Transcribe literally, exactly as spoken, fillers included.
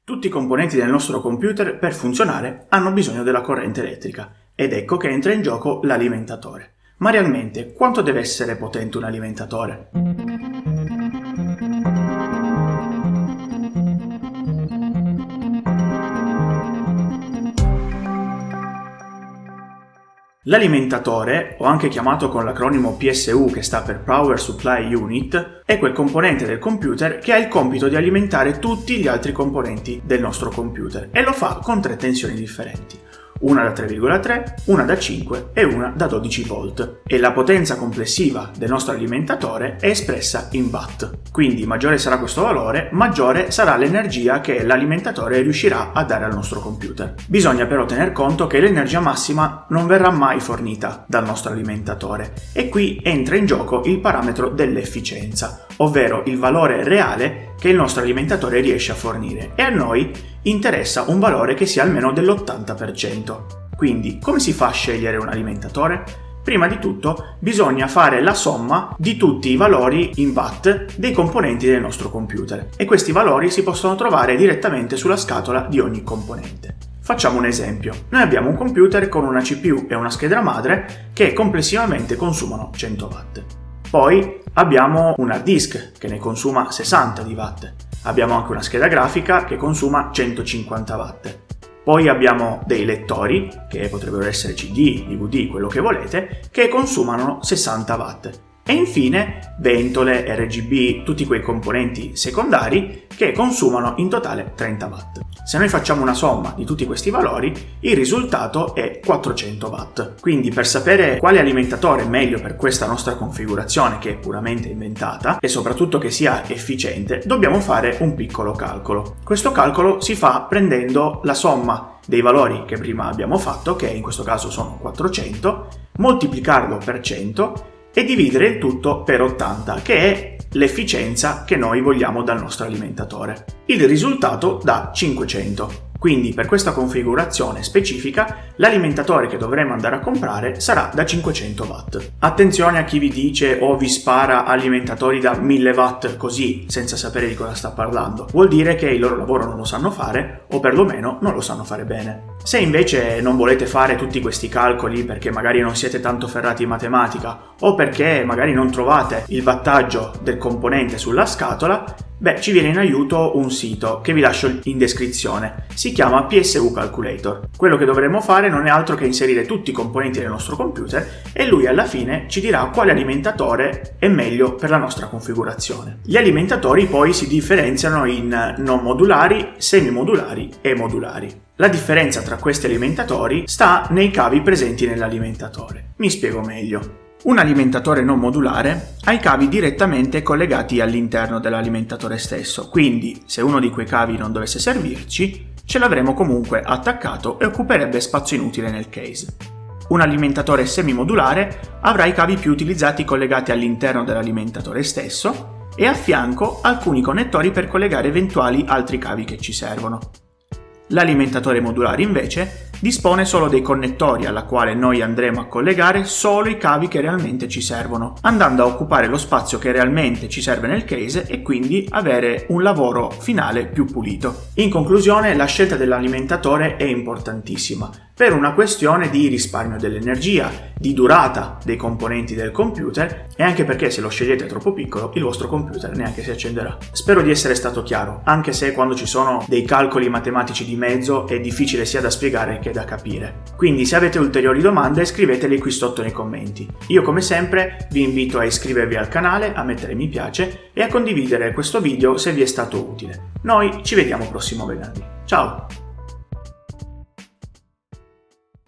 Tutti i componenti del nostro computer per funzionare hanno bisogno della corrente elettrica ed ecco che entra in gioco l'alimentatore. Ma realmente quanto deve essere potente un alimentatore? L'alimentatore, o anche chiamato con l'acronimo P S U che sta per Power Supply Unit, è quel componente del computer che ha il compito di alimentare tutti gli altri componenti del nostro computer e lo fa con tre tensioni differenti. Una da tre virgola tre, una da cinque e una da dodici volt. E la potenza complessiva del nostro alimentatore è espressa in watt. Quindi maggiore sarà questo valore, maggiore sarà l'energia che l'alimentatore riuscirà a dare al nostro computer. Bisogna però tener conto che l'energia massima non verrà mai fornita dal nostro alimentatore e qui entra in gioco il parametro dell'efficienza, ovvero il valore reale che il nostro alimentatore riesce a fornire, e a noi interessa un valore che sia almeno dell'ottanta per cento. Quindi, come si fa a scegliere un alimentatore? Prima di tutto bisogna fare la somma di tutti i valori in watt dei componenti del nostro computer e questi valori si possono trovare direttamente sulla scatola di ogni componente. Facciamo un esempio. Noi abbiamo un computer con una C P U e una scheda madre che complessivamente consumano cento watt. Poi abbiamo un hard disk che ne consuma sessanta di watt. Abbiamo anche una scheda grafica che consuma centocinquanta watt. Poi abbiamo dei lettori, che potrebbero essere C D, D V D, quello che volete, che consumano sessanta watt. E infine ventole, R G B, tutti quei componenti secondari che consumano in totale trenta watt. Se noi facciamo una somma di tutti questi valori, il risultato è quattrocento watt. Quindi per sapere quale alimentatore è meglio per questa nostra configurazione, che è puramente inventata, e soprattutto che sia efficiente, dobbiamo fare un piccolo calcolo. Questo calcolo si fa prendendo la somma dei valori che prima abbiamo fatto, che in questo caso sono quattrocento, moltiplicarlo per cento e dividere il tutto per ottanta, che è l'efficienza che noi vogliamo dal nostro alimentatore. Il risultato dà cinquecento. Quindi per questa configurazione specifica l'alimentatore che dovremo andare a comprare sarà da cinquecento watt. Attenzione a chi vi dice o vi spara alimentatori da mille watt così senza sapere di cosa sta parlando. Vuol dire che il loro lavoro non lo sanno fare o perlomeno non lo sanno fare bene. Se invece non volete fare tutti questi calcoli perché magari non siete tanto ferrati in matematica o perché magari non trovate il wattaggio del componente sulla scatola, beh, ci viene in aiuto un sito che vi lascio in descrizione. Si chiama P S U Calculator. Quello che dovremo fare non è altro che inserire tutti i componenti del nostro computer e lui alla fine ci dirà quale alimentatore è meglio per la nostra configurazione. Gli alimentatori poi si differenziano in non modulari, semimodulari e modulari. La differenza tra questi alimentatori sta nei cavi presenti nell'alimentatore. Mi spiego meglio. Un alimentatore non modulare ha i cavi direttamente collegati all'interno dell'alimentatore stesso, quindi se uno di quei cavi non dovesse servirci, ce l'avremo comunque attaccato e occuperebbe spazio inutile nel case. Un alimentatore semimodulare avrà i cavi più utilizzati collegati all'interno dell'alimentatore stesso e a fianco alcuni connettori per collegare eventuali altri cavi che ci servono. L'alimentatore modulare invece dispone solo dei connettori alla quale noi andremo a collegare solo i cavi che realmente ci servono, andando a occupare lo spazio che realmente ci serve nel case e quindi avere un lavoro finale più pulito. In conclusione, la scelta dell'alimentatore è importantissima per una questione di risparmio dell'energia, di durata dei componenti del computer e anche perché se lo scegliete troppo piccolo il vostro computer neanche si accenderà. Spero di essere stato chiaro, anche se quando ci sono dei calcoli matematici di mezzo è difficile sia da spiegare che da capire. Quindi se avete ulteriori domande scrivetele qui sotto nei commenti. Io come sempre vi invito a iscrivervi al canale, a mettere mi piace e a condividere questo video se vi è stato utile. Noi ci vediamo prossimo venerdì. Ciao!